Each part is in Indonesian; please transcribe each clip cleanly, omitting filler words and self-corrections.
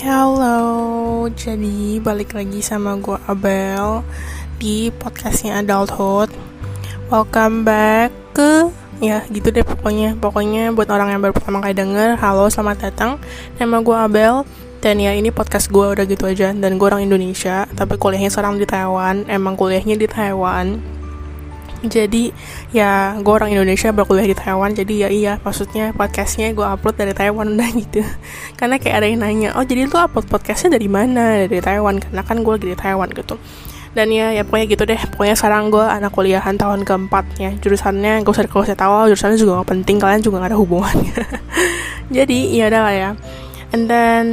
Halo, jadi balik lagi sama gue Abel di podcastnya Adulthood. Welcome back ke, ya gitu deh pokoknya buat orang yang baru pertama kali denger, halo selamat datang. Nama gue Abel, dan ya ini podcast gue udah gitu aja. Dan gue orang Indonesia, tapi kuliahnya sekarang di Taiwan. Emang kuliahnya di Taiwan. Jadi ya gue orang Indonesia berkuliah di Taiwan. Jadi ya iya, maksudnya podcastnya gue upload dari Taiwan udah gitu. Karena kayak ada yang nanya, oh jadi lu upload podcastnya dari mana? Dari Taiwan, karena kan gue lagi di Taiwan gitu. Dan ya pokoknya gitu deh. Pokoknya sekarang gue anak kuliahan tahun keempat ya. Jurusannya gak usah kalau saya tahu, jurusannya juga gak penting, kalian juga gak ada hubungannya. Jadi ya udah lah ya. And then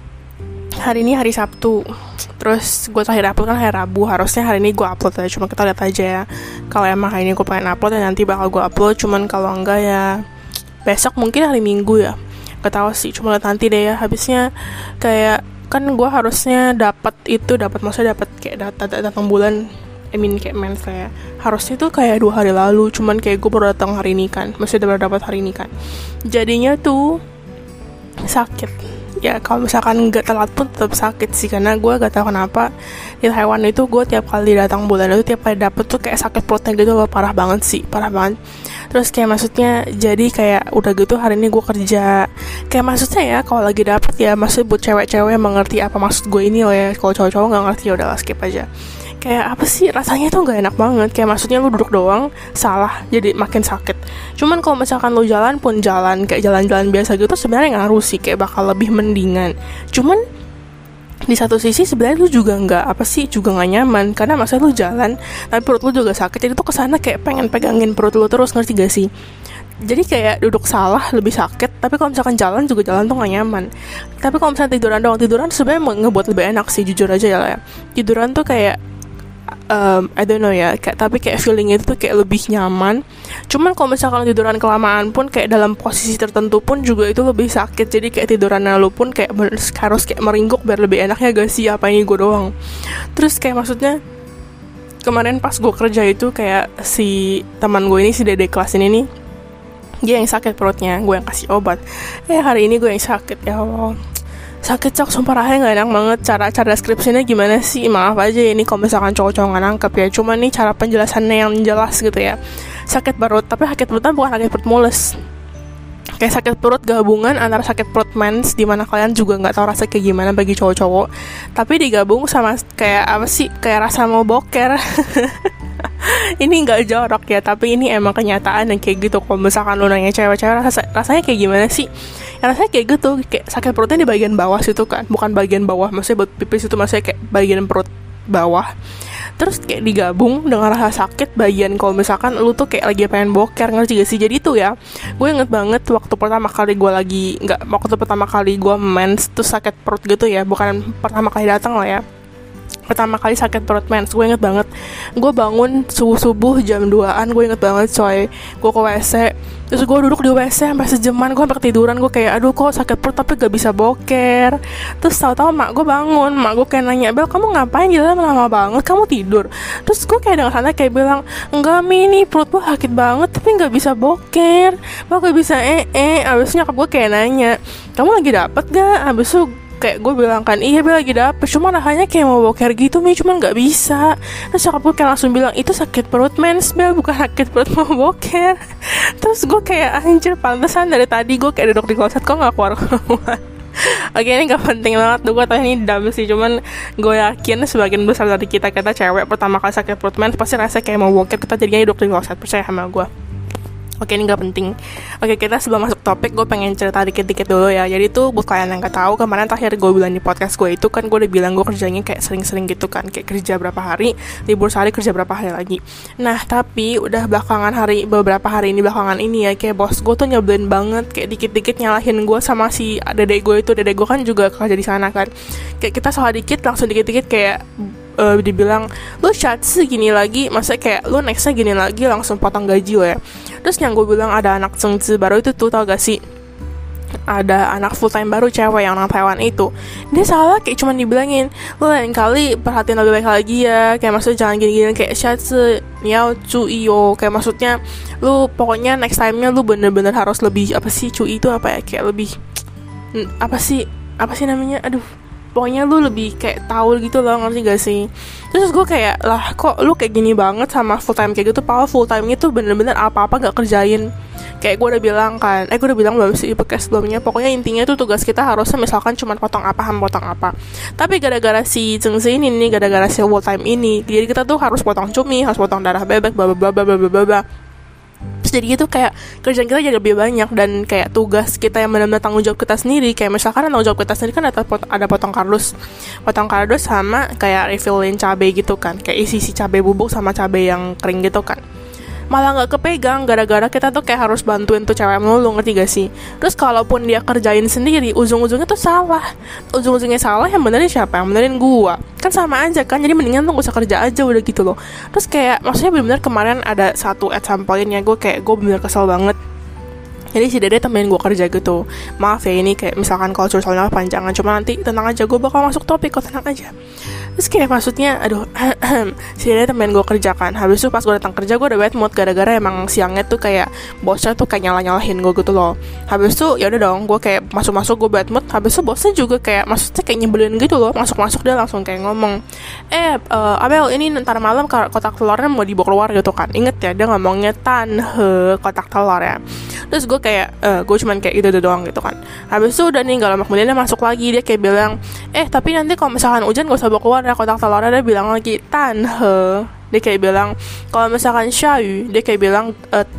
hari ini hari Sabtu. Terus gue terakhir upload kan hari Rabu. Harusnya hari ini gue upload aja, cuma kita lihat aja ya. Kalau emang hari ini gue pengen upload ya nanti bakal gue upload. Cuman kalau enggak ya besok, mungkin hari Minggu ya. Gak tau sih, cuma lihat nanti deh ya. Habisnya kayak kan gue harusnya dapat maksudnya dapat kayak data bulan, kayak mens kayak harusnya tuh kayak 2 hari lalu. Cuman kayak gue baru datang hari ini kan, maksudnya baru dapat hari ini kan. Jadinya tuh sakit. Ya kalau misalkan nggak telat pun tetap sakit sih, karena gue gak tahu kenapa di Taiwan itu gue tiap kali datang bulan itu tiap kali dapet tuh kayak sakit perutnya gitu loh, parah banget. Terus kayak maksudnya jadi kayak udah gitu hari ini gue kerja kayak maksudnya ya kalau lagi dapet ya, maksudnya buat cewek-cewek yang mengerti apa maksud gue ini loh ya. Kalau cowok-cowok nggak ngerti ya udahlah skip aja. Kayak apa sih rasanya tuh gak enak banget. Kayak maksudnya lu duduk doang salah jadi makin sakit. Cuman kalau misalkan lu jalan pun kayak jalan-jalan biasa gitu sebenarnya ngaruh sih, kayak bakal lebih mendingan. Cuman di satu sisi sebenarnya lu juga juga nggak nyaman, karena maksudnya lu jalan tapi perut lu juga sakit. Jadi tuh kesana kayak pengen pegangin perut lu terus, ngerti gak sih? Jadi kayak duduk salah lebih sakit, tapi kalau misalkan jalan tuh gak nyaman. Tapi kalau misalkan tiduran sebenarnya ngebuat lebih enak sih, jujur aja ya. Tiduran tuh kayak I don't know ya, tapi kayak feeling itu tuh kayak lebih nyaman. Cuman kalau misalkan tiduran kelamaan pun kayak dalam posisi tertentu pun juga itu lebih sakit. Jadi kayak tidurannya lu pun kayak harus kayak meringkuk biar lebih enak ya gak sih, apa ini gue doang. Terus kayak maksudnya kemarin pas gue kerja itu kayak si teman gue ini, si dede kelas ini nih, dia yang sakit perutnya, gue yang kasih obat. Hari ini gue yang sakit, ya Allah. Sakit cok, sumpah rasanya gak enak banget. Cara deskripsinya gimana sih, maaf aja ini kalau misalkan cowok-cowok gak nangkep ya. Cuman nih cara penjelasannya yang jelas gitu ya. Sakit perut, tapi sakit perutnya bukan sakit perut mules. Kayak sakit perut gabungan antara sakit perut mens, dimana kalian juga gak tahu rasa kayak gimana bagi cowok-cowok, tapi digabung sama kayak apa sih, kayak rasa mau boker. Ini gak jorok ya, tapi ini emang kenyataan yang kayak gitu. Kalau misalkan lu nanya cewek-cewek rasanya kayak gimana sih, ya rasanya kayak gitu. Kayak sakit perutnya di bagian bawah situ kan, bukan bagian bawah, maksudnya buat pipis itu, maksudnya kayak bagian perut bawah. Terus kayak digabung dengan rasa sakit bagian kalau misalkan lu tuh kayak lagi pengen boker, ngerti gak sih? Jadi tuh ya, gue inget banget waktu pertama kali gue mens tuh sakit perut gitu ya. Bukan pertama kali datang lah ya, pertama kali sakit perut mens. Gue inget banget, gue bangun subuh jam 2an, gue inget banget coy. Gue ke WC, terus gue duduk di WC sampai sejaman, gue sampai ketiduran. Gue kayak aduh kok sakit perut tapi gak bisa boker. Terus tahu-tahu mak gue bangun, mak gue kayak nanya, Bel kamu ngapain di dalam lama banget, kamu tidur? Terus gue kayak dengan santai kayak bilang, enggak Mi, ini perut gue sakit banget tapi gak bisa boker, gak bisa Abis nyokap gue kayak nanya, kamu lagi dapet gak? Abis itu kayak gue bilang kan, iya Bel lagi dapet, cuma rasanya kayak mau boker gitu Mi, cuman gak bisa. Terus nyokap gue kayak langsung bilang, itu sakit perut mens Bel, bukan sakit perut mau boker. Terus gue kayak anjir, pantesan dari tadi gue kayak duduk di kloset kok gak keluar-keluar. Oke, ini gak penting banget tuh, gue tau ini double sih. Cuman gue yakin sebagian besar dari kita cewek pertama kali sakit perut mens pasti rasanya kayak mau boker. Kita jadinya duduk di kloset, percaya sama gue. Oke, ini gak penting. Oke, kita sebelum masuk topik, gue pengen cerita dikit-dikit dulu ya. Jadi tuh buat kalian yang gak tahu, kemarin terakhir gue bilang di podcast gue itu kan, gue udah bilang gue kerjanya kayak sering-sering gitu kan, kayak kerja berapa hari, libur sehari, kerja berapa hari lagi. Nah, tapi udah beberapa hari ini belakangan ini ya, kayak bos gue tuh nyebelin banget, kayak dikit-dikit nyalahin gue sama si dedek gue itu. Dedek gue kan juga kerja di sana kan. Kayak kita salah dikit langsung dikit-dikit kayak dibilang, lu shatsi gini lagi, maksudnya kayak lu nextnya gini lagi, langsung potong gaji lo ya. Terus yang gue bilang ada anak Zhengzi baru itu tuh, tau gak sih, ada anak full time baru cewek yang orang Taiwan itu. Dia salah kayak cuman dibilangin, lu lain kali perhatiin lebih baik lagi ya, kayak maksudnya jangan gini-gini, kayak shatsi niao cui yo, kayak maksudnya lu pokoknya next time-nya lu bener-bener harus lebih, apa sih cui itu apa ya, kayak lebih apa sih namanya, aduh pokoknya lu lebih kayak tahu gitu loh, ngerti gak sih? Terus gue kayak, lah kok lu kayak gini banget sama full time kayak gitu, padahal full time itu bener-bener apa-apa gak kerjain. Kayak gue udah bilang kan, gue udah bilang belum sih podcast sebelumnya, pokoknya intinya tuh tugas kita harusnya misalkan cuma potong apa. Tapi gara-gara si Zhengzi ini nih, gara-gara si full time ini, jadi kita tuh harus potong cumi, harus potong darah bebek, bla bla bla bla bla bla. Terus jadi gitu kayak kerjaan kita jadi lebih banyak, dan kayak tugas kita yang benar-benar tanggung jawab kita sendiri, kayak misalkan tanggung jawab kita sendiri kan ada potong kardus sama kayak refillin cabai gitu kan, kayak isi cabai bubuk sama cabai yang kering gitu kan, malah nggak kepegang gara-gara kita tuh kayak harus bantuin tuh cewek melulu, ngerti gak sih? Terus kalaupun dia kerjain sendiri, ujung-ujungnya tuh salah, yang benerin siapa? Yang benerin gua, kan sama aja kan. Jadi mendingan tuh gak usah kerja aja udah gitu loh. Terus kayak maksudnya bener-bener kemarin ada satu example-nya, gue bener-bener kesel banget. Jadi si Dede temenin gue kerja gitu. Maaf ya ini kayak misalkan kalau cursolnya panjangan, cuma nanti tenang aja, gue bakal masuk topik kok, tenang aja. Terus kayak maksudnya si Dede temenin gue kerja kan. Habis itu pas gue datang kerja gue udah bad mood, gara-gara emang siangnya tuh kayak bosnya tuh kayak nyalahin gue gitu loh. Habis itu ya udah dong, gue kayak masuk gue bad mood. Habis itu bosnya juga kayak maksudnya kayak nyebelin gitu loh. Masuk dia langsung kayak ngomong, Abel ini ntar malam kotak telurnya mau dibawa keluar gitu kan. Inget ya, dia ngomongnya tanhe kotak telur ya. Terus gue kayak gue cuman kayak gitu doang gitu kan. Habis itu udah nih gak lama kemudian dia masuk lagi, dia kayak bilang, tapi nanti kalau misalkan hujan gak usah bawa keluar ya kotak telurnya. Dia bilang lagi tanhe. Dia kayak bilang kalau misalkan xiayu, dia kayak bilang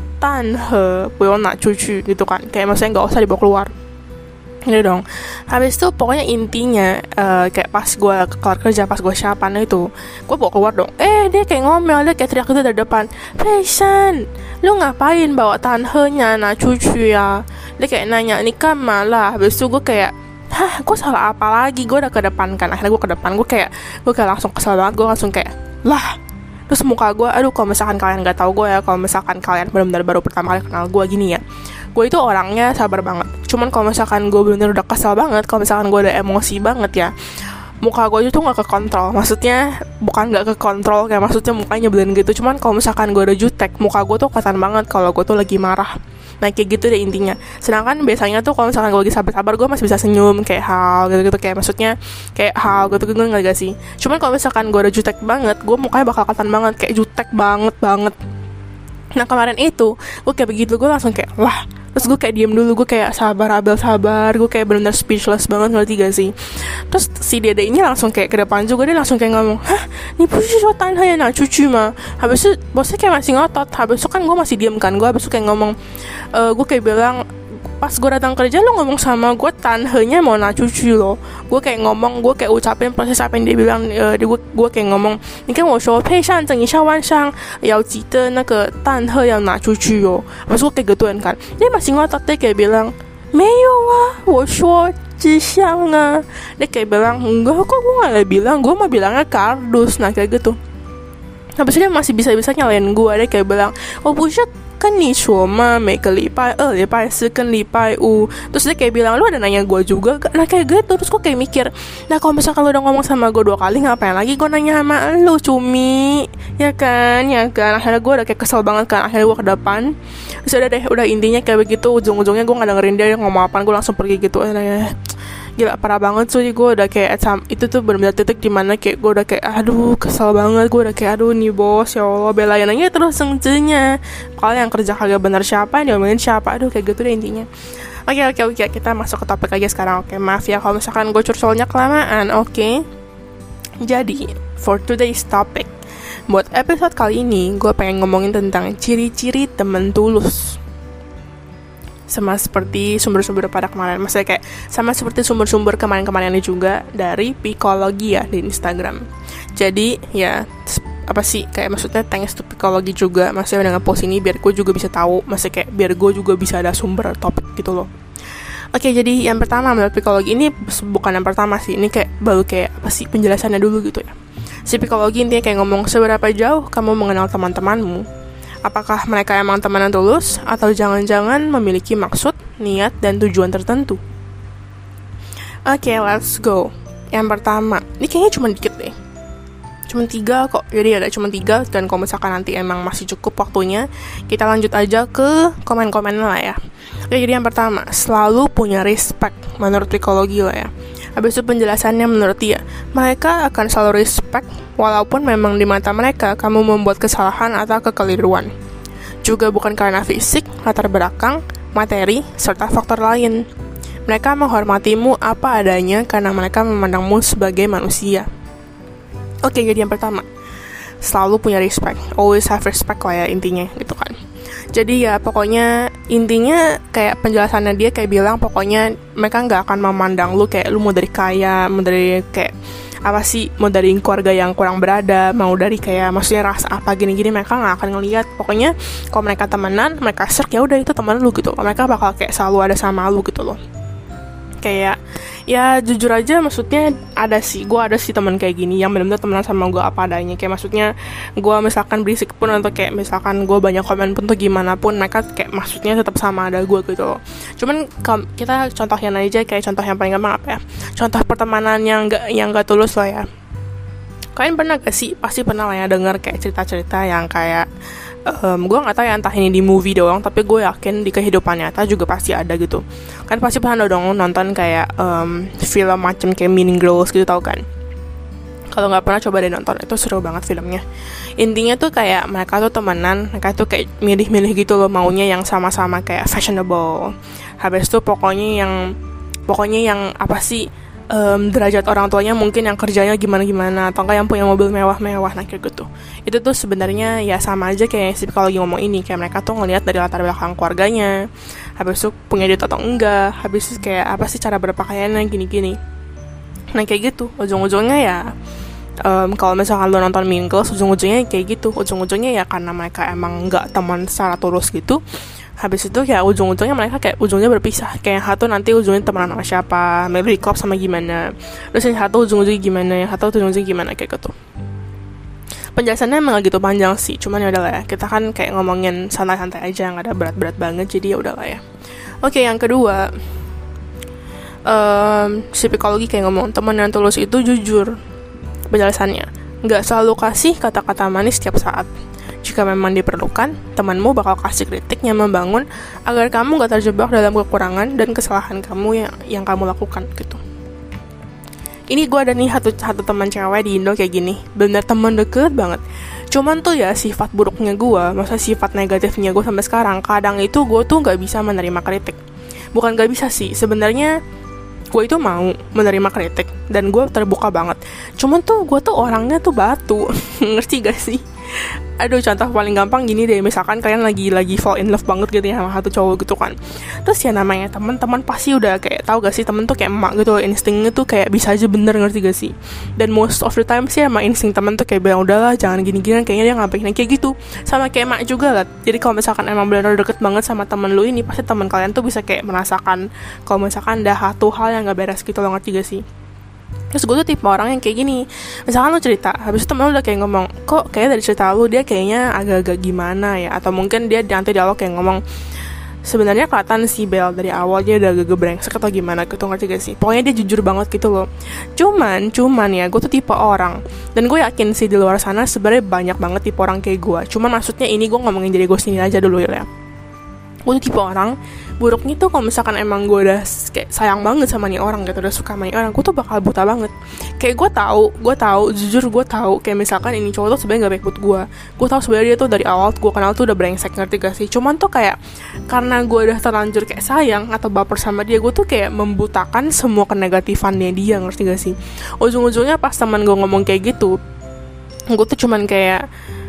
tanhe buyong nak cucu gitu kan, kayak maksudnya gak usah dibawa keluar gitu dong. Habis itu pokoknya intinya kayak pas gue keluar kerja, pas gue siapan itu, gue bawa keluar dong. Dia kayak ngomel, dia kayak teriak itu dari depan, Peisan, lu ngapain bawa tanhenya nak cucu ya? Dia kayak nanya, ini kan malah. Habis itu gue kayak, gue salah apa lagi? Gue udah ke depan kan, akhirnya gue ke depan, gue kayak langsung kesel banget, gue langsung kayak, lah. Terus muka gue, kalau misalkan kalian gak tahu gue ya, kalau misalkan kalian benar-benar baru pertama kali kenal gue gini ya, gue itu orangnya sabar banget. Cuman kalau misalkan gue benar-benar udah kesel banget, kalau misalkan gue udah emosi banget ya, muka gue itu gak kekontrol. Maksudnya bukan gak kekontrol, kayak maksudnya mukanya nyebelin gitu. Cuman kalau misalkan gue udah jutek, muka gue tuh kelihatan banget kalau gue tuh lagi marah. Nah kayak gitu deh intinya. Sedangkan biasanya tuh kalau misalkan gue lagi sabar-sabar, gue masih bisa senyum kayak hal gitu-gitu, kayak maksudnya kayak hal gitu-gitu, nggak gak sih? Cuman kalau misalkan gue udah jutek banget, gue mukanya bakal kelihatan banget kayak jutek banget. Nah kemarin itu gue kayak begitu, gue langsung kayak lah. Terus gue kayak diem dulu, gue kayak sabar Abel, gue kayak benar-benar speechless banget, ngerti gak sih? Terus si Dede ini langsung kayak ke depan juga, dia langsung kayak ngomong, ni pushi sotan hanya nak cucu mah. Habis itu bosnya kayak masih ngotot. Habis itu kan gue masih diem kan, gue habis itu kayak ngomong, gue kayak bilang, pas gue datang kerja lo ngomong sama gue tanhenya mau nak cucu lo. Gue kayak ngomong, gue kayak ucapin proses apa yang dia bilang. Gue kayak ngomong,你跟我说配上整一下晚上要记得那个蛋盒要拿出去哦。Habis gue kayak gituin kan, dia masih ngotot, dia kayak bilang 没有啊我说纸箱啊。Dia kayak bilang enggak kok, gue gak bilang, gue mah bilangnya kardus. Nah kayak gitu. Habis itu dia masih bisa-bisa nyalain gue. Dia kayak bilang,不是跟你说嘛，每个礼拜二、礼拜四跟礼拜五. Terus dia kayak bilang, lu ada nanya gue juga? Nah kayak gitu. Terus gue kayak mikir, nah kalau misalkan lu udah ngomong sama gue 2 kali, ngapain lagi gue nanya sama lu, cumi? Ya kan. Akhirnya gue udah kayak kesel banget kan. Akhirnya gue ke depan. Terus udah intinya kayak begitu. Ujung-ujungnya gue gak dengerin dia ngomong apaan, gue langsung pergi gitu. Gila parah banget cuy. Gue udah kayak itu tuh benar-benar titik dimana kayak gue udah kayak aduh kesel banget. Gue udah kayak aduh nih bos, ya Allah, belain aja terus senjenya. Kalau yang kerja kagak benar siapa, yang diomongin siapa. Aduh kayak gitu deh intinya. Oke, kita masuk ke topik aja sekarang. Oke, maaf ya kalau misalkan gue cursolnya kelamaan. Oke. Jadi for today's topic, buat episode kali ini gue pengen ngomongin tentang ciri-ciri temen tulus. Sama seperti sumber-sumber pada kemarin, maksudnya kayak sama seperti sumber-sumber kemarin-kemarinnya juga dari Psikologi ya di Instagram. Jadi ya apa sih, kayak maksudnya thanks to Psikologi juga, maksudnya dengan post ini biar gue juga bisa tahu, maksudnya kayak biar gue juga bisa ada sumber topik gitu loh. Oke, jadi yang pertama menurut Psikologi ini bukan yang pertama sih, ini kayak baru kayak apa sih penjelasannya dulu gitu ya. Si Psikologi intinya kayak ngomong seberapa jauh kamu mengenal teman-temanmu. Apakah mereka emang teman yang tulus, atau jangan-jangan memiliki maksud, niat, dan tujuan tertentu? Oke, let's go. Yang pertama, ini kayaknya cuma dikit deh. Cuma 3 kok, jadi ada cuma 3. Dan kalau misalkan nanti emang masih cukup waktunya, kita lanjut aja ke komen-komen lah ya. Oke, jadi yang pertama, selalu punya respect menurut Psikologi lah ya. Habis itu penjelasannya menurut dia, mereka akan selalu respect walaupun memang di mata mereka kamu membuat kesalahan atau kekeliruan. Juga bukan karena fisik, latar belakang, materi, serta faktor lain. Mereka menghormatimu apa adanya karena mereka memandangmu sebagai manusia. Oke, jadi yang pertama, selalu punya respect, always have respect lah ya intinya gitu kan. Jadi ya pokoknya intinya kayak penjelasannya dia kayak bilang pokoknya mereka nggak akan memandang lu kayak lu mau dari kaya, mau dari kayak apa sih, mau dari keluarga yang kurang berada, mau dari kayak maksudnya ras apa gini-gini, mereka nggak akan ngelihat. Pokoknya kalau mereka temenan, mereka serk ya udah itu teman lu gitu. Mereka bakal kayak selalu ada sama lu gitu loh. Kayak ya jujur aja maksudnya gue ada sih teman kayak gini yang benar-benar temenan sama gue apa adanya. Kayak maksudnya gue misalkan berisik pun atau kayak misalkan gue banyak komen pun tuh gimana pun mereka kayak maksudnya tetap sama ada gue gitu loh. Cuman kita contohin aja kayak contoh yang paling gampang apa ya, contoh pertemanan yang gak tulus lah ya. Kalian pernah gak sih, pasti pernah lah ya denger kayak cerita-cerita yang kayak gue nggak tahu ya entah ini di movie doang, tapi gue yakin di kehidupan nyata juga pasti ada gitu kan. Pasti pernah dong nonton kayak film macam kayak Mean Girls gitu, tau kan? Kalau nggak pernah coba deh nonton, itu seru banget filmnya. Intinya tuh kayak mereka tuh temenan, mereka tuh kayak milih-milih gitu loh, maunya yang sama-sama kayak fashionable. Habis itu pokoknya yang apa sih, derajat orang tuanya mungkin yang kerjanya gimana-gimana, atau enggak yang punya mobil mewah-mewah, nah kayak gitu. Itu tuh sebenarnya ya sama aja kayak si psikologi ngomong ini, kayak mereka tuh ngelihat dari latar belakang keluarganya, habis itu punya duit atau enggak, habis itu kayak apa sih cara berpakaiannya gini-gini. Nah kayak gitu, ujung-ujungnya ya kalau misalkan lo nonton Mean Girls, ujung-ujungnya kayak gitu, ujung-ujungnya ya karena mereka emang nggak teman secara tulus gitu. Habis itu ya ujung-ujungnya mereka kayak ujungnya berpisah. Kayak yang satu nanti ujungnya temenan sama siapa, maybe klub sama gimana, terus yang satu ujung-ujungnya gimana, yang satu ujung-ujungnya gimana, kayak gitu. Penjelasannya emang gak gitu panjang sih, cuman ya udahlah ya, kita kan kayak ngomongin santai-santai aja, nggak ada berat-berat banget, jadi ya udahlah ya. Oke, yang kedua, si psikologi kayak ngomong teman yang tulus itu jujur. Penjelasannya, nggak selalu kasih kata-kata manis setiap saat. Jika memang diperlukan, temanmu bakal kasih kritik yang membangun agar kamu gak terjebak dalam kekurangan dan kesalahan kamu yang kamu lakukan gitu. Ini gue ada nih satu teman cewek di Indo kayak gini, bener teman deket banget. Cuman tuh ya sifat buruknya gue, maksudnya sifat negatifnya gue sampai sekarang, kadang itu gue tuh gak bisa menerima kritik. Bukan gak bisa sih, sebenarnya gue itu mau menerima kritik dan gue terbuka banget. Cuman tuh gue tuh orangnya tuh batu, ngerti gak sih? Aduh, contoh paling gampang gini deh, misalkan kalian lagi fall in love banget gitu ya sama satu cowok gitu kan. Terus ya namanya teman pasti udah kayak tahu gak sih, temen tuh kayak emak gitu, instingnya tuh kayak bisa aja bener, ngerti gak sih? Dan most of the time sih emang insting temen tuh kayak bilang udahlah jangan gini-gini, kayaknya dia ngapain kayak gitu. Sama kayak emak juga lah. Jadi kalau misalkan emang benar deket banget sama temen lu ini, pasti temen kalian tuh bisa kayak merasakan kalau misalkan ada satu hal yang gak beres gitu loh, ngerti gak sih? Terus gue tuh tipe orang yang kayak gini, misalkan lo cerita, habis itu temen lo udah kayak ngomong, kok kayak dari cerita lo dia kayaknya agak-agak gimana ya, atau mungkin dia nanti dialog kayak ngomong, sebenarnya kelihatan si Bel dari awal dia udah agak brengsek atau gimana gitu, ngerti gak sih? Pokoknya dia jujur banget gitu loh. Cuman ya gue tuh tipe orang, dan gue yakin sih di luar sana sebenarnya banyak banget tipe orang kayak gue. Cuman maksudnya ini gue ngomongin diri gue sendiri aja dulu ya. Gue tuh tipe orang, buruknya tuh kalau misalkan emang gue udah kayak sayang banget sama nih orang gitu, udah suka sama nih orang, gue tuh bakal buta banget. Kayak gue tahu, jujur gue tahu kayak misalkan ini cowok tuh sebenarnya gak baik buat gue tahu sebenarnya dia tuh dari awal gue kenal tuh udah brengsek, ngerti gak sih? Cuman tuh kayak karena gue udah terlanjur kayak sayang atau baper sama dia, gue tuh kayak membutakan semua kenegatifannya dia, ngerti gak sih? Ujung-ujungnya pas teman gue ngomong kayak gitu, gue tuh cuman kayak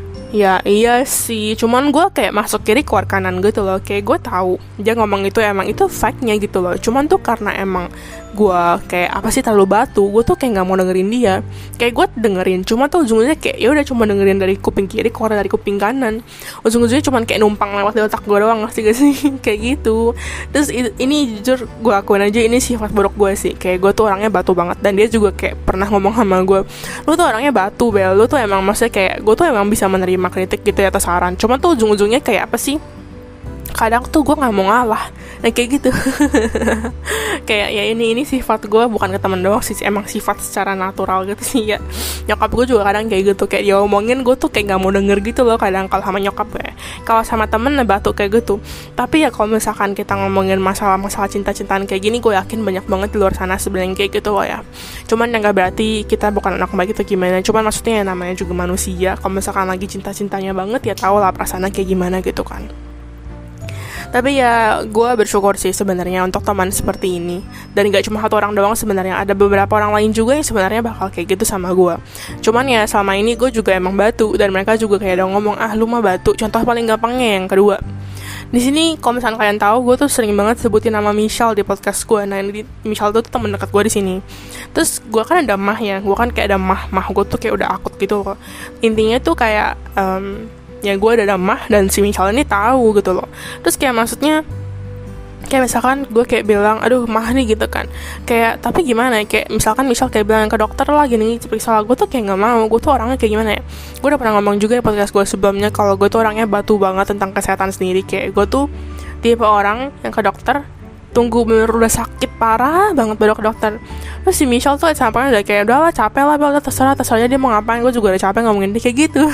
ya iya sih, cuman gue kayak masuk kiri keluar kanan gitu loh. Kayak gue tahu dia ngomong itu emang itu fact-nya gitu loh. Cuman tuh karena emang gue kayak apa sih terlalu batu, gue tuh kayak nggak mau dengerin dia. Kayak gue dengerin, cuma tuh ujung-ujungnya kayak ya udah cuma dengerin dari kuping kiri keluar dari kuping kanan. Ujung-ujungnya cuma kayak numpang lewat di otak gue doang, ngerti gak sih? Kayak gitu. Terus ini jujur gue akuin aja ini sifat buruk gue sih. Kayak gue tuh orangnya batu banget, dan dia juga kayak pernah ngomong sama gue, lu tuh orangnya batu Bel, lu tuh emang maksudnya kayak gue tuh emang bisa menerima kritik gitu ya atau saran. Cuma tuh ujung-ujungnya kayak apa sih? kadang tuh gue nggak mau ngalah, nah kayak gitu. Kayak ya ini sifat gue, bukan ke temen doang sih, emang sifat secara natural gitu sih ya. Nyokap gue juga kadang kayak gitu, kayak dia omongin gue tuh kayak nggak mau denger gitu loh kadang kalau sama nyokap gue. Kalau sama temen batuk kayak gitu. Tapi ya kalau misalkan kita ngomongin masalah cinta-cintaan kayak gini, gue yakin banyak banget di luar sana sebenarnya kayak gitu loh ya. Cuman yang nggak berarti kita bukan anak baik itu gimana, cuman maksudnya ya namanya juga manusia. Kalau misalkan lagi cinta-cintanya banget ya tau lah perasaannya kayak gimana gitu kan. Tapi ya gue bersyukur sih sebenarnya untuk teman seperti ini. Dan gak cuma satu orang doang sebenarnya, ada beberapa orang lain juga yang sebenarnya bakal kayak gitu sama gue. Cuman ya selama ini gue juga emang batu, dan mereka juga kayak udah ngomong, ah lu mah batu. Contoh paling gampangnya yang kedua, di sini kalau misalnya kalian tahu, gue tuh sering banget sebutin nama Michelle di podcast gue. Nah ini Michelle tuh temen dekat gue di sini. Terus gue kan ada mah ya, gue kan kayak ada mah gue tuh kayak udah akut gitu loh. Intinya tuh kayak ya gue ada mah dan si Michelle ini tahu gitu loh. Terus kayak maksudnya kayak misalkan gue kayak bilang, aduh mah nih gitu kan, kayak tapi gimana ya, kayak misalkan kayak bilang ke dokter lah gini periksa, gue tuh kayak nggak mau. Gue tuh orangnya kayak gimana ya, gue udah pernah ngomong juga di podcast gue sebelumnya kalau gue tuh orangnya batu banget tentang kesehatan sendiri. Kayak gue tuh tipe orang yang ke dokter tunggu bener udah sakit parah banget baru ke dokter. Terus si Michelle tuh sampainya udah kayak udah lah capek lah, udah terserah dia mau ngapain, gue juga udah capek ngomongin dia kayak gitu.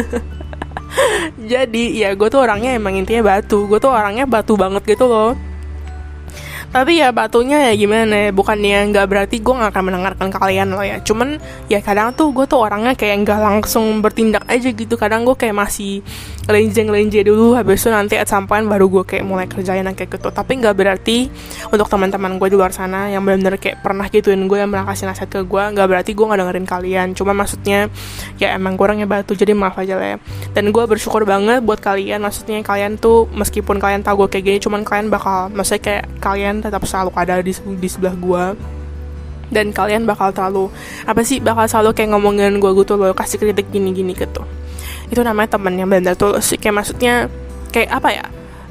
Jadi ya gue tuh orangnya emang intinya batu, gue tuh orangnya batu banget gitu loh. Tapi ya batunya ya gimana ya, bukannya nggak berarti gue nggak akan mendengarkan kalian loh ya. Cuman ya kadang tuh gue tuh orangnya kayak nggak langsung bertindak aja gitu. Kadang gue kayak masih lenje dulu, habis itu nanti at some point baru gue kayak mulai kerjain kayak gitu. Tapi nggak berarti untuk teman-teman gue di luar sana yang benar-benar kayak pernah gituin gue, yang pernah kasih nasihat ke gue, nggak berarti gue nggak dengerin kalian. Cuman maksudnya ya emang gue orangnya batu, jadi maaf aja lah ya. Dan gue bersyukur banget buat kalian, maksudnya kalian tuh meskipun kalian tahu gue kayak gini, cuman kalian bakal, maksudnya kayak kalian tetap selalu ada di sebelah gue, dan kalian bakal selalu bakal selalu kayak ngomongin gue gitu loh, kasih kritik gini gitu. Itu namanya temen yang benar tulus sih. Kayak maksudnya kayak apa ya,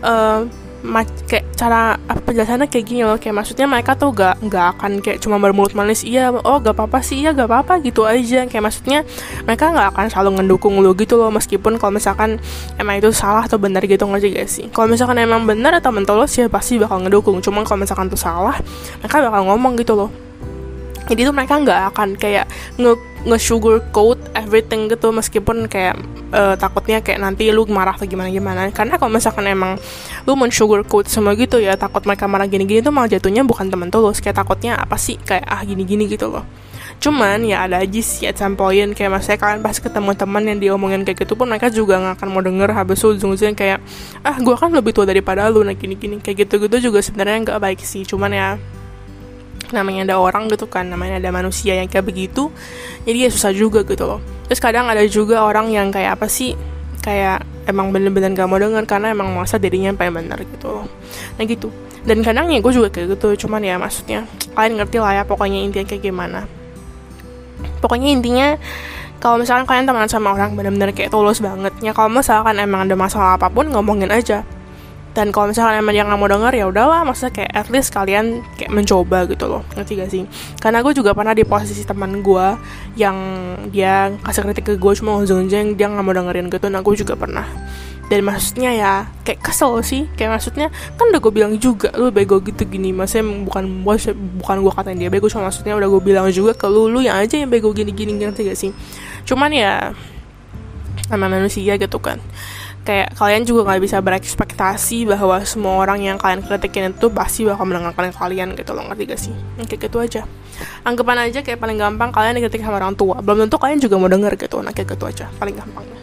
kayak cara penjelasannya kayak gini loh, kayak maksudnya mereka tuh gak akan kayak cuma bermulut manis, iya oh gak apa-apa sih, iya gak apa-apa gitu aja. Kayak maksudnya mereka gak akan selalu ngedukung lo gitu loh, meskipun kalau misalkan emang itu salah atau benar gitu, ngerti gak sih? Kalau misalkan emang benar atau mentulus ya pasti bakal ngedukung, cuman kalau misalkan itu salah mereka bakal ngomong gitu loh. Jadi tuh mereka nggak akan kayak nge-sugarcoat everything gitu, meskipun kayak takutnya kayak nanti lu marah atau gimana. Karena kalau misalkan emang lu men-sugarcoat semua gitu ya, takut mereka marah gini-gini tuh malah jatuhnya bukan teman tulus. Kayak takutnya apa sih, kayak gini-gini gitu loh. Cuman ya ada aja sih at some point, kayak maksudnya kalian pasti ketemu teman yang diomongin kayak gitu pun mereka juga gak akan mau denger, habis itu ujung-ujungnya kayak gue kan lebih tua daripada lu, nah gini-gini kayak gitu-gitu juga sebenarnya nggak baik sih. Cuman ya namanya ada orang gitu kan, namanya ada manusia yang kayak begitu, jadi ya susah juga gitu loh. Terus kadang ada juga orang yang kayak apa sih, kayak emang bener-bener gak mau denger karena emang merasa dirinya yang paling benar gitu loh. Nah gitu. Dan kadang ya gue juga kayak gitu, cuman ya maksudnya kalian ngerti lah ya pokoknya intinya kayak gimana. Pokoknya intinya kalau misalkan kalian temenan sama orang bener-bener kayak tulus banget ya, kalau misalkan emang ada masalah apapun ngomongin aja. Dan kalau misalkan emang dia nggak mau denger ya udahlah, maksudnya kayak at least kalian kayak mencoba gitu loh, ngerti gak sih? Karena gue juga pernah di posisi teman gue yang dia kasih kritik ke gue cuma ujung-ujungnya dia nggak mau dengerin gitu. Nah gue juga pernah, dan maksudnya ya kayak kesel sih, kayak maksudnya kan udah gue bilang juga lu bego gitu gini, maksudnya bukan gue katain dia bego, cuma maksudnya udah gue bilang juga ke lu yang aja yang bego gini-gini, ngerti gak sih? Cuman ya sama manusia gitu kan, kayak kalian juga gak bisa berekspektasi bahwa semua orang yang kalian kritikin itu pasti bakal mendengarkan kalian gitu loh, ngerti gak sih? Kayak gitu aja. Anggapan aja kayak paling gampang kalian dikritik sama orang tua, belum tentu kalian juga mau denger gitu. Nah kayak gitu aja, paling gampangnya.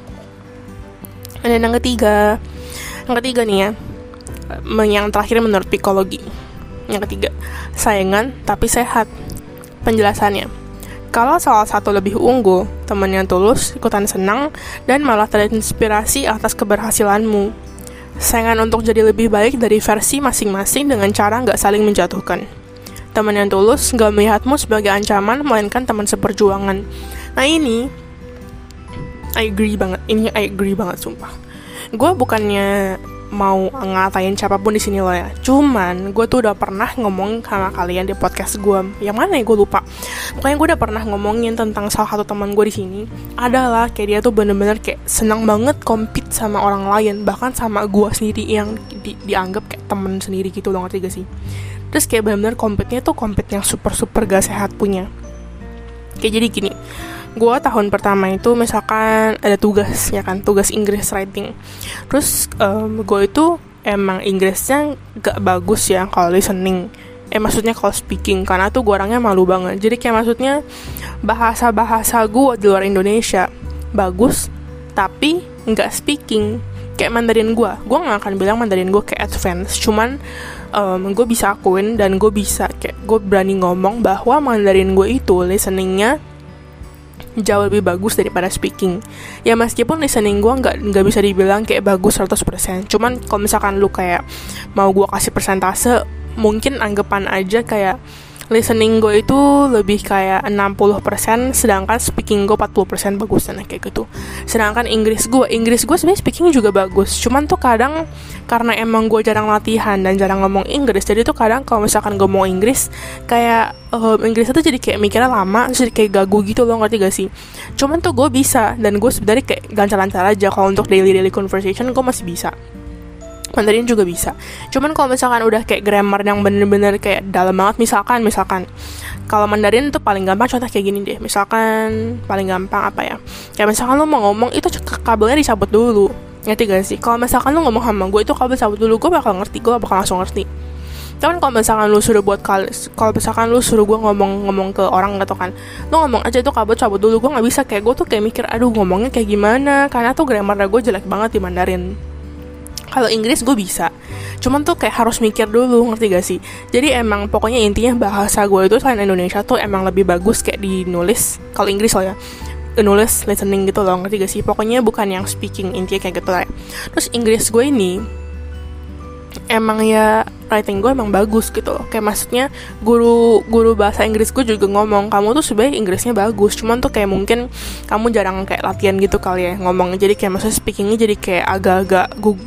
Dan yang ketiga nih ya, yang terakhir menurut psikologi. Yang ketiga, saingan tapi sehat. Penjelasannya, kalau salah satu lebih unggul, teman yang tulus ikutan senang dan malah terinspirasi atas keberhasilanmu. Saingan untuk jadi lebih baik dari versi masing-masing dengan cara gak saling menjatuhkan. Teman yang tulus gak melihatmu sebagai ancaman, melainkan teman seperjuangan. Nah ini I agree banget sumpah. Gue bukannya mau ngatain siapapun di sini loh ya. Cuman gue tuh udah pernah ngomong sama kalian di podcast gue. Yang mana ya gue lupa. Pokoknya gue udah pernah ngomongin tentang salah satu teman gue di sini. Adalah kayak dia tuh bener-bener kayak senang banget compete sama orang lain, bahkan sama gue sendiri yang dianggap kayak temen sendiri gitu loh, ngerti gak sih? Terus kayak bener-bener compete-nya tuh compete yang super gak sehat punya. Kayak jadi gini, gue tahun pertama itu misalkan ada tugas ya kan, tugas Inggris writing. Terus gue itu emang Inggrisnya gak bagus ya kalau listening. Maksudnya kalau speaking, karena tuh gue orangnya malu banget. Jadi kayak maksudnya bahasa gue di luar Indonesia bagus, tapi gak speaking. Kayak Mandarin gue gak akan bilang Mandarin gue kayak advance. Cuman gue bisa akuin dan gue bisa kayak gue berani ngomong bahwa Mandarin gue itu listeningnya jauh lebih bagus daripada speaking. Ya meskipun listening gue nggak bisa dibilang kayak bagus 100%. Cuman kalau misalkan lu kayak mau gue kasih persentase, mungkin anggapan aja kayak listening gue itu lebih kayak 60%, sedangkan speaking gue 40% bagus dan kayak gitu. Sedangkan Inggris gue sebenarnya speaking juga bagus. Cuman tuh kadang karena emang gue jarang latihan dan jarang ngomong Inggris, jadi tuh kadang kalau misalkan gue mau Inggris kayak Inggrisnya tuh jadi kayak mikirnya lama, terus jadi kayak gagu gitu loh, ngerti gak sih? Cuman tuh gue bisa, dan gue sebenarnya kayak lancar-lancar aja. Kalau untuk daily conversation gue masih bisa. Mandarin juga bisa. Cuman kalau misalkan udah kayak grammar yang bener-bener kayak dalam banget, misalkan kalau Mandarin tuh paling gampang contoh kayak gini deh. Misalkan paling gampang apa ya? Kayak misalkan lu mau ngomong itu kabelnya dicabut dulu. Ngerti gak sih? Kalau misalkan lu ngomong sama gue itu kabel cabut dulu, gue bakal langsung ngerti. Cuman kalau misalkan lu suruh gue ngomong ke orang gitu kan, lu ngomong aja itu kabel cabut dulu, gue nggak bisa. Kayak gue tuh kayak mikir, aduh ngomongnya kayak gimana, karena tuh grammar gue jelek banget di Mandarin. Kalau Inggris gue bisa, cuman tuh kayak harus mikir dulu, ngerti gak sih? Jadi emang pokoknya intinya bahasa gue itu selain Indonesia tuh emang lebih bagus kayak di nulis. Kalau Inggris loh ya, nulis, listening gitu loh, ngerti gak sih? Pokoknya bukan yang speaking, intinya kayak gitu lah. Terus Inggris gue ini emang ya writing gue emang bagus gitu loh. Kayak maksudnya guru bahasa Inggris gue juga ngomong, kamu tuh sebenarnya Inggrisnya bagus, cuman tuh kayak mungkin kamu jarang kayak latihan gitu kali ya ngomong. Jadi kayak maksudnya speakingnya jadi kayak agak-agak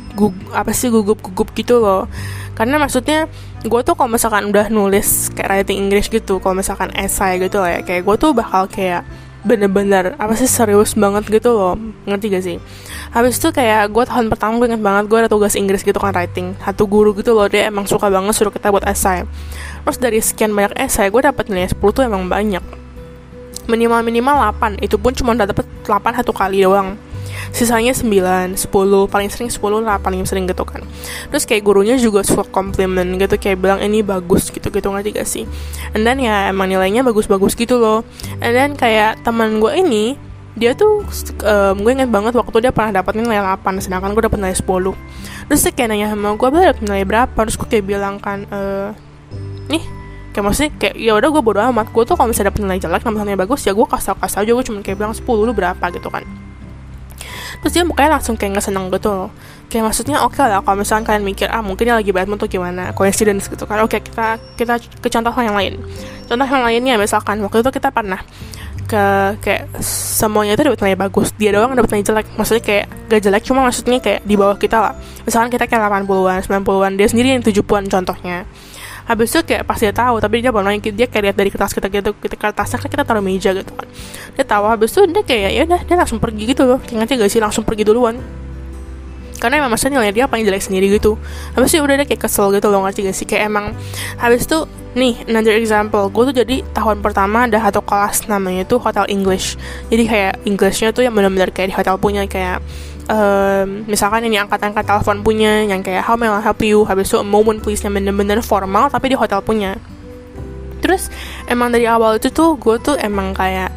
gugup gitu loh. Karena maksudnya gue tuh kalau misalkan udah nulis kayak writing English gitu, kalau misalkan essay gitu lah ya, kayak gue tuh bakal kayak bener-bener serius banget gitu loh, ngerti gak sih? Habis itu kayak gue tahun pertama gue inget banget gue ada tugas Inggris gitu kan, writing. Satu guru gitu loh, dia emang suka banget suruh kita buat essay. Terus dari sekian banyak essay gue dapet nilai 10 tuh emang banyak. Minimal 8, itu pun cuma udah dapet 8 satu kali doang. Sisanya 9, 10, paling sering 10 lah, paling sering gitu kan. Terus kayak gurunya juga suka compliment gitu, kayak bilang ini bagus gitu-gitu, ngerti gak sih? And then ya emang nilainya bagus-bagus gitu loh. And then kayak teman gue ini, dia tuh gue inget banget waktu dia pernah dapet nilai 8, sedangkan gue dapet nilai 10. Terus dia kayak nanya sama gue, dapet nilai berapa? Terus gue kayak bilang kan, nih kayak maksudnya kayak ya udah gue bodo amat. Gue tuh kalau misalnya dapet nilai jelek, nilai bagus ya gue kasih aja. Gue cuma kayak bilang 10, lu berapa gitu kan. Terus dia mukanya langsung kayak gak seneng gitu loh. Kayak maksudnya oke lah kalau misalkan kalian mikir mungkin dia lagi bad mood tuh gimana, coincidence gitu kan. Oke, kita ke contoh yang lain. Contoh yang lainnya misalkan waktu itu kita pernah kayak semuanya itu dapat nilai bagus, dia doang dapat nilai jelek. Maksudnya kayak gak jelek, cuma maksudnya kayak di bawah kita lah. Misalkan kita kayak 80-an, 90-an, dia sendiri yang 70-an contohnya. Habis itu kayak pas dia tahu, tapi dia baru nanya, dia kayak lihat dari kertas kita gitu, kertasnya kan kita taruh meja gitu kan. Dia tahu, habis itu dia kayak ya udah, dia langsung pergi gitu loh. Kayak ngerti gak sih, langsung pergi duluan. Karena emang maksudnya nilai dia paling jelek sendiri gitu. Habis itu udah dia kayak kesel gitu loh, ngerti gak sih? Kayak emang habis itu nih, another example, gue tuh jadi tahun pertama ada satu kelas namanya tuh Hotel English. Jadi kayak Englishnya tuh yang benar-benar kayak di hotel punya, kayak misalkan ini angkat-angkat telepon punya, yang kayak how may I help you, habis itu a moment please, yang bener-bener formal tapi di hotel punya. Terus emang dari awal itu tuh gue tuh emang kayak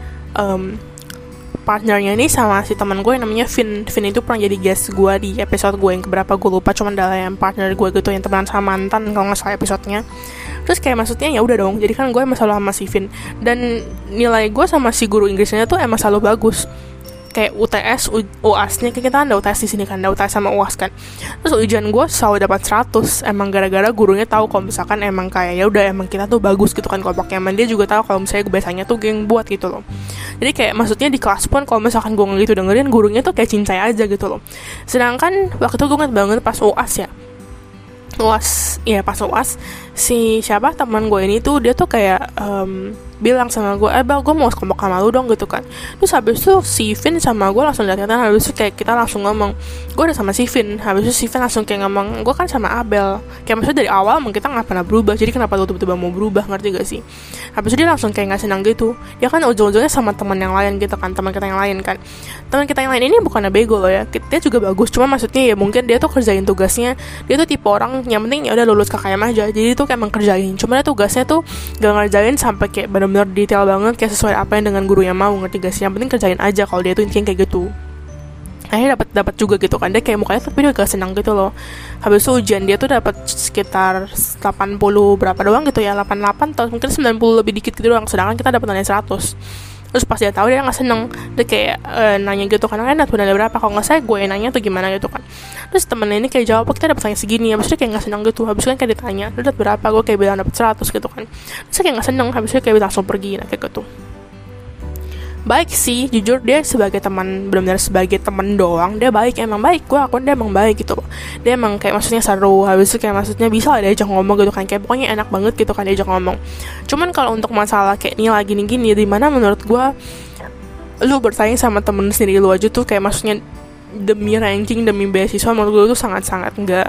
partnernya ini sama si teman gue yang namanya Vin itu pernah jadi guest gue di episode gue yang keberapa gue lupa, cuman dalam partner gue gitu yang temenan sama mantan kalau nggak salah episodenya. Terus kayak maksudnya ya udah dong, jadi kan gue emang selalu sama si Vin, dan nilai gue sama si guru Inggrisnya tuh emang selalu bagus. kayak UTS, UAS-nya kayak kita ada UTS di sini kan, ada UTS sama UAS kan. Terus ujian gue selalu dapat 100, emang gara-gara gurunya tahu kalau misalkan emang kayak ya udah emang kita tuh bagus gitu kan kelompoknya. Emang dia juga tahu kalau misalnya biasanya tuh geng buat gitu loh. Jadi kayak maksudnya di kelas pun kalau misalkan gue gitu dengerin, gurunya tuh kayak cincai aja gitu loh. Sedangkan waktu itu gue ingat banget pas UAS ya, pas UAS si siapa teman gue ini tuh dia tuh kayak bilang sama gue, Bel, gue mau kelompok sama lu dong gitu kan. Terus habis itu si Vin sama gue langsung lihat-lihatan. Habis itu kayak kita langsung ngomong, gue udah sama si Vin. Habis itu si Vin langsung kayak ngomong, gue kan sama Abel. Kayak maksudnya dari awal emang kita gak pernah berubah, jadi kenapa lu tiba-tiba mau berubah, ngerti gak sih? Habis itu dia langsung kayak gak senang gitu. Dia kan ujung-ujungnya sama teman yang lain gitu kan, teman kita yang lain kan. Teman kita yang lain ini bukannya bego loh ya, dia juga bagus. Cuma maksudnya ya mungkin dia tuh kerjain tugasnya, dia tuh tipe orang yang penting ya udah lulus KKM aja. Jadi tuh kayak emang kerjain. Cuma dia tugasnya tuh gak ngerjain sampai kayak benar-benar detail banget, kayak sesuai apa yang dengan gurunya mau, ngerti gak sih? Yang penting kerjain aja kalau dia tuh intinya kayak gitu. Akhirnya dapat juga gitu kan, dia kayak mukanya tapi dia gak senang gitu loh. Habis itu ujian dia tuh dapat sekitar 80 berapa doang gitu ya, 88 atau mungkin 90 lebih dikit gitu doang, sedangkan kita dapat nilai 100. Terus pas dia tahu dia nggak seneng, dia kayak nanya gitu kan, kan nilai berapa, kalau nggak saya gue nanya tuh gimana gitu kan. Terus temennya ini kayak jawab, kita dapat nilai segini. Habis itu kayak nggak seneng gitu. Habis itu kan kayak ditanya, lu dapat berapa, gue kayak bilang dapat 100 gitu kan. Terus kayak nggak seneng, habis itu kayak langsung pergi, nah kayak gitu. Baik sih, jujur dia sebagai teman, benar-benar sebagai teman doang dia baik, emang baik, gue akun dia emang baik gitu loh. Dia emang kayak maksudnya seru, habis itu kayak maksudnya bisa lah diajak ngomong gitu kan, kayak pokoknya enak banget gitu kan diajak ngomong. Cuman kalau untuk masalah kayak nilai gini-gini, dimana menurut gue lu bersaing sama temen sendiri lu aja tuh kayak maksudnya demi ranking, demi beasiswa, menurut gue tuh sangat-sangat nggak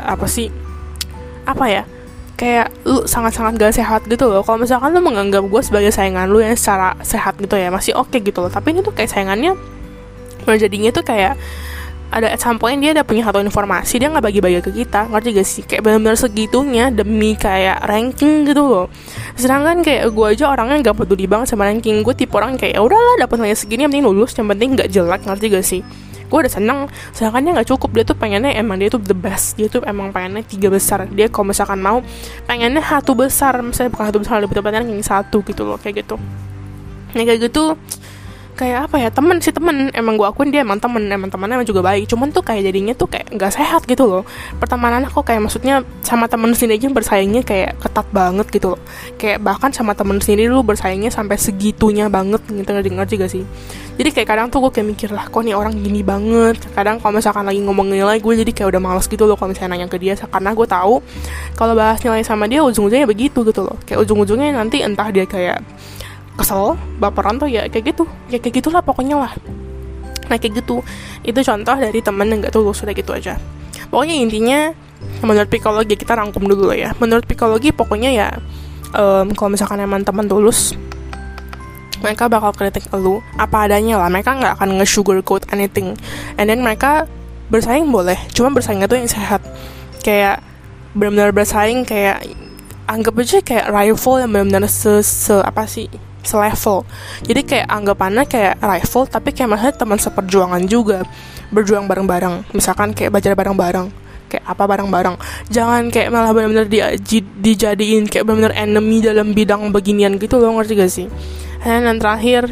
kayak lu sangat-sangat gak sehat gitu loh. Kalau misalkan lu menganggap gue sebagai saingan lu yang secara sehat gitu ya, masih oke gitu loh. Tapi ini tuh kayak saingannya jadinya tuh kayak ada at some point dia ada punya satu informasi, dia gak bagi-bagi ke kita, ngerti gak sih? Kayak benar-benar segitunya demi kayak ranking gitu loh. Sedangkan kayak gue aja orangnya gak peduli banget sama ranking. Gue tipe orang kayak udahlah dapet nilai segini yang penting lulus, yang penting gak jelek, ngerti gak sih? Gue udah seneng. Sedangkan dia gak cukup, dia tuh pengennya emang dia tuh the best, dia tuh emang pengennya 3 besar. Dia kalau misalkan mau pengennya 1 besar, misalnya bukan 1 besar, lebih tepatnya ranking 1 gitu loh, kayak gitu. Nah kayak gitu, kayak apa ya, temen emang gue akuin dia emang temennya emang juga baik. Cuman tuh kayak jadinya tuh kayak gak sehat gitu loh pertemanan aku, kayak maksudnya sama temen sendiri aja bersaingnya kayak ketat banget gitu loh. Kayak bahkan sama temen sendiri lu bersaingnya sampai segitunya banget gitu, ngerti gak sih? Jadi kayak kadang tuh gue kayak mikir lah, kok nih orang gini banget. Kadang kalau misalkan lagi ngomong nilai, gue jadi kayak udah malas gitu loh kalau misalnya nanya ke dia, karena gue tahu kalau bahas nilai sama dia ujung-ujungnya begitu gitu loh. Kayak ujung-ujungnya nanti entah dia kayak kesel, baperan tuh ya kayak gitu, ya kayak gitulah pokoknya lah. Nah kayak gitu, itu contoh dari temen yang gak tulus, udah gitu aja. Pokoknya intinya menurut psikologi, kita rangkum dulu ya. Menurut psikologi pokoknya ya kalau misalkan emang teman tulus, mereka bakal kritik lu apa adanya lah. Mereka gak akan nge-sugarcoat anything. And then mereka bersaing boleh, cuma bersaingnya tuh yang sehat. Kayak benar-benar bersaing, kayak anggap aja kayak rival yang benar-benar selevel. Jadi kayak anggapannya kayak rival, tapi kayak maksudnya teman seperjuangan juga, berjuang bareng-bareng. Misalkan kayak belajar bareng-bareng, kayak apa bareng-bareng. Jangan kayak malah benar-benar dijadiin kayak benar-benar enemy dalam bidang beginian gitu loh, ngerti gak sih? Dan yang terakhir,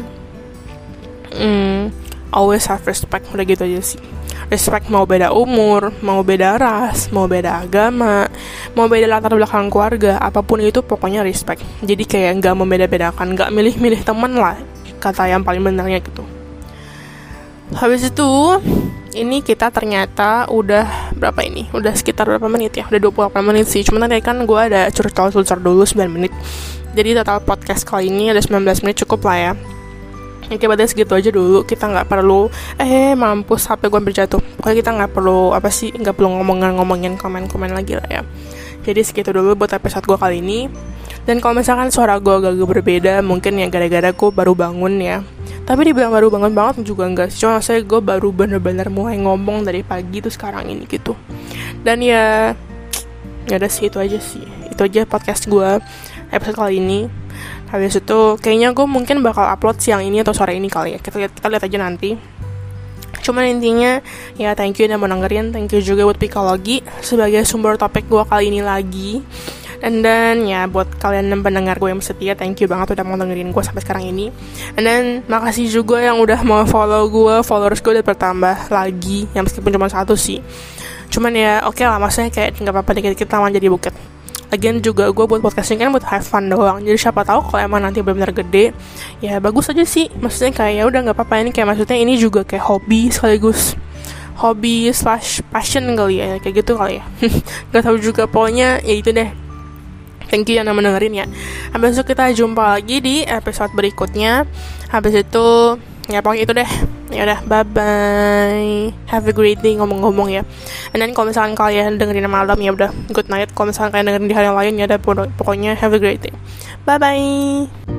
always have respect, udah gitu aja sih. Respect mau beda umur, mau beda ras, mau beda agama, mau beda latar belakang keluarga, apapun itu pokoknya respect. Jadi kayak gak membeda-bedakan, gak milih-milih teman lah, kata yang paling benarnya gitu. Habis itu, ini kita ternyata udah berapa ini? Udah sekitar berapa menit ya? Udah 28 menit sih. Cuman tadi kan gue ada curcol dulu 9 menit. Jadi total podcast kali ini ada 19 menit, cukup lah ya. Oke, berarti segitu aja dulu. Kita nggak perlu mampus HP gue berjatuh. Pokoknya kita nggak perlu ngomongin komen lagi lah ya. Jadi segitu dulu buat episode gue kali ini. Dan kalau misalkan suara gue agak berbeda, mungkin ya gara-gara gue baru bangun ya. Tapi dibilang baru bangun banget juga enggak sih. Cuma saya gue baru bener-bener mulai ngomong dari pagi tuh sekarang ini gitu. Dan ya udah sih, itu aja sih. Itu aja podcast gue episode kali ini. Habis itu kayaknya gue mungkin bakal upload siang ini atau sore ini kali ya. Kita lihat aja nanti. Cuman intinya ya thank you udah mau dengerin. Thank you juga buat Psikologi sebagai sumber topik gue kali ini lagi. And then ya buat kalian pendengar gue yang setia, thank you banget udah mau dengerin gue sampai sekarang ini. And then makasih juga yang udah mau follow gue, followers gue udah bertambah lagi, yang meskipun cuma 1 sih. Cuman ya oke lah, maksudnya kayak nggak apa-apa, dikit-dikit lama jadi bukit. Lagian juga gue buat podcast ini kan buat have fun doang. Jadi siapa tahu kalau emang nanti benar-benar gede, ya bagus aja sih. Maksudnya kayak ya udah nggak apa-apa, ini kayak maksudnya ini juga kayak hobi sekaligus hobi / passion kali ya, kayak gitu kali ya. Nggak tahu juga, pokoknya ya itu deh. Thank you yang udah dengerin ya. Habis itu kita jumpa lagi di episode berikutnya. Habis itu ya pokoknya itu deh. Ya udah, bye bye. Have a great day ngomong-ngomong ya. And then kalau misalkan kalian dengerin malam ya udah good night. Kalau misalkan kalian dengerin di hari yang lain ya udah, pokoknya have a great day. Bye bye.